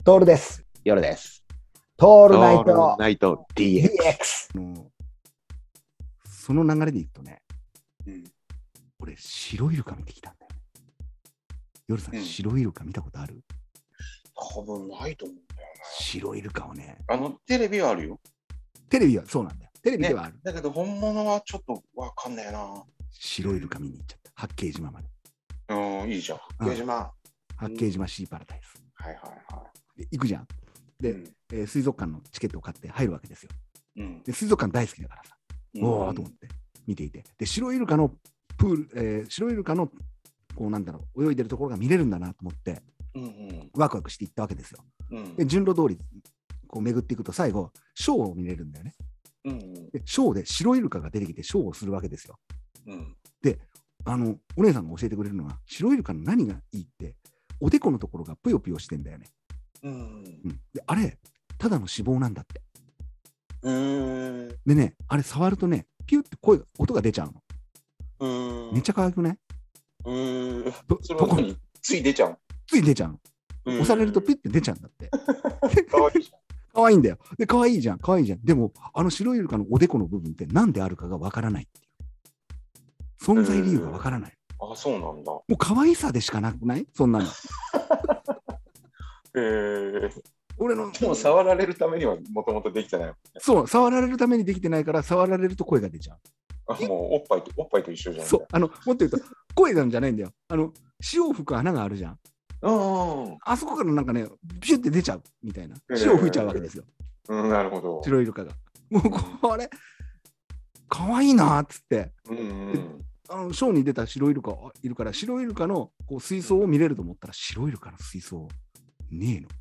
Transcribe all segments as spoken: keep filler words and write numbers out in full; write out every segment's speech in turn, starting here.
トールです。 夜です。 トールナイオールトナイト ディーエックス。 ディーエックス。その流れでいくとね、 うん、 俺、白イルカ見てきたんだよね。夜さん、うん、白イルカ見たことある？ 多分ないと思うんだよな。 白イルカをね。 あの、テレビはあるよ。 テレビはそうなんだよ。テレビではある。 ね、だけど、本物はちょっとわかんないな。 白イルカ見に行っちゃった。八景島まで。 うん、いいじゃん。八景島。 八景島シーパラダイス。 はいはいはい。 で、行くじゃん。で、うんえー、水族館のチケットを買って入るわけですよ。うん、で水族館大好きだからさ、うん、おーと思って見ていて、で白イルカのプール、えー、白イルカのこうなんだろう泳いでるところが見れるんだなと思って、うんうん、ワクワクしていったわけですよ。うん、で順路通りこう巡っていくと最後ショーを見れるんだよね。うんうん、でショーで白イルカが出てきてショーをするわけですよ。うん、であのお姉さんが教えてくれるのは白イルカの何がいいっておでこのところがぷよぷよしてんだよね。うんうん、であれただの脂肪なんだって。うーんでね、あれ触るとね、ピュって声音が出ちゃうの。うーんめっちゃ可愛くない？うーんそれは何？つい出ちゃうつい出ちゃうの。押されるとピュって出ちゃうんだって。可愛いじゃん。可愛いんだよ。で、可愛いじゃん、可愛いじゃん。でも、あの白イルカのおでこの部分って何であるかがわからないっていう。存在理由がわからない。あ、そうなんだ。もう可愛さでしかなくない？そんなの。えー俺のでも触られるためにはもともとできてないもんね。そう、触られるためにできてないから、触られると声が出ちゃう。あ、もうおっぱいとおっぱいと一緒じゃん。そう、あのもっと言うと声なんじゃないんだよ。あの潮を吹く穴があるじゃん。うんあそこからなんかね、ピュって出ちゃうみたいな。潮を吹いちゃうわけですよ。えー、うん、なるほど。白イルカが。もうこれ可愛いなっつって。うんうん、あのショーに出た白イルカいるから白イルカのこう水槽を見れると思ったら白イルカの水槽ねえの。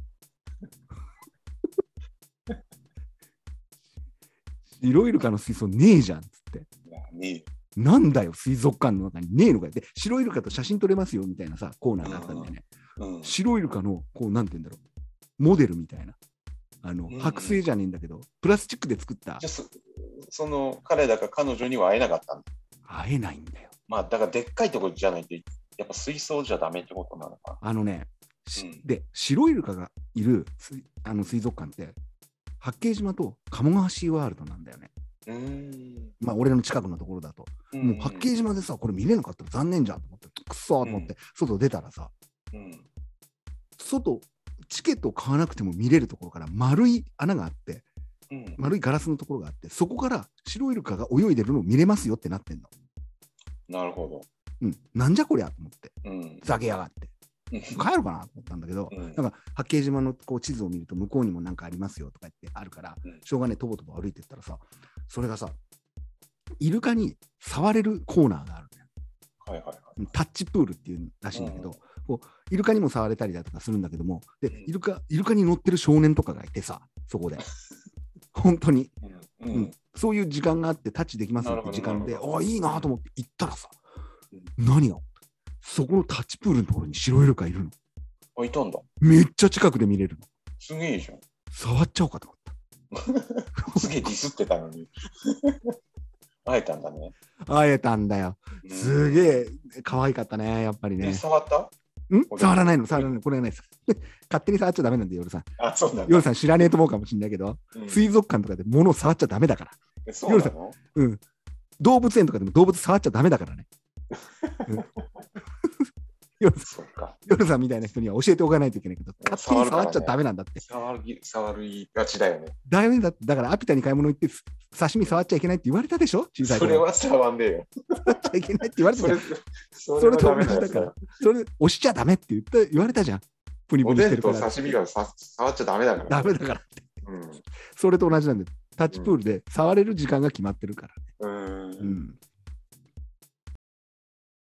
白イルカの水槽ねえじゃんっつって。ねえなんだよ水族館の中にねえのかよ。で白イルカと写真撮れますよみたいなさコーナーがあったんだよね。うんうん、白イルカのこうなんて言うんだろうモデルみたいなあの、うんうん、剥製じゃねえんだけどプラスチックで作った。そ, その彼らか彼女には会えなかったんだ。会えないんだよ。まあだからでっかいところじゃないとやっぱ水槽じゃダメってことなのか。あのね、うん、で白イルカがいるあの水族館って八景島と鴨川シーワールドなんだよね。うーんまあ俺の近くのところだと、うん、もう八景島でさこれ見れなかったら残念じゃんと思ってくっそーと思って、うん、外出たらさ、うん、外チケットを買わなくても見れるところから丸い穴があって、うん、丸いガラスのところがあってそこから白イルカが泳いでるのを見れますよってなってんの。なるほど、うん、なんじゃこりゃと思って、うん、ざけやがって帰るかなと思ったんだけど、うん、なんか八景島のこう地図を見ると向こうにもなんかありますよとか言ってあるから、うん、しょうがねとぼとぼ歩いてったらさそれがさイルカに触れるコーナーがあるんだよ、はいはいはい、タッチプールっていうらしいんだけど、うん、こうイルカにも触れたりだとかするんだけどもでイルカ、イルカに乗ってる少年とかがいてさそこで本当に、うんうん、そういう時間があってタッチできますよって時間であいいなと思って行ったらさ、うん、何がそこのタッチプールのところに白イルカいるの。あ、いたんだ。めっちゃ近くで見れるの。すげえじゃん。触っちゃおうかと思った。すげえディスってたのに。会えたんだね。会えたんだよ。すげえ可愛かったね、やっぱりね。触ったん触らないの、触らないの。これがないです。勝手に触っちゃダメなんで、夜さん。あ、そうなんだ。夜さん知らねえと思うかもしれないけど、うん、水族館とかで物を触っちゃダメだから。そうなの？夜さん、うん。動物園とかでも動物触っちゃダメだからね。うん夜さんみたいな人には教えておかないといけないけど、勝手に触っちゃダメなんだって。触る、触りがちだよね。ダメだって、だからアピタに買い物行って刺身触っちゃいけないって言われたでしょ？小さい頃。それは触んねえよ。触っちゃいけないって言われたじゃん。それ、それと同じだから。それ押しちゃダメって言った言われたじゃん。プニプニしてるから。おでんと刺身がさ触っちゃダメだから。ダメだからって。うん、それと同じなんだよ。タッチプールで触れる時間が決まってるからね。うん。うん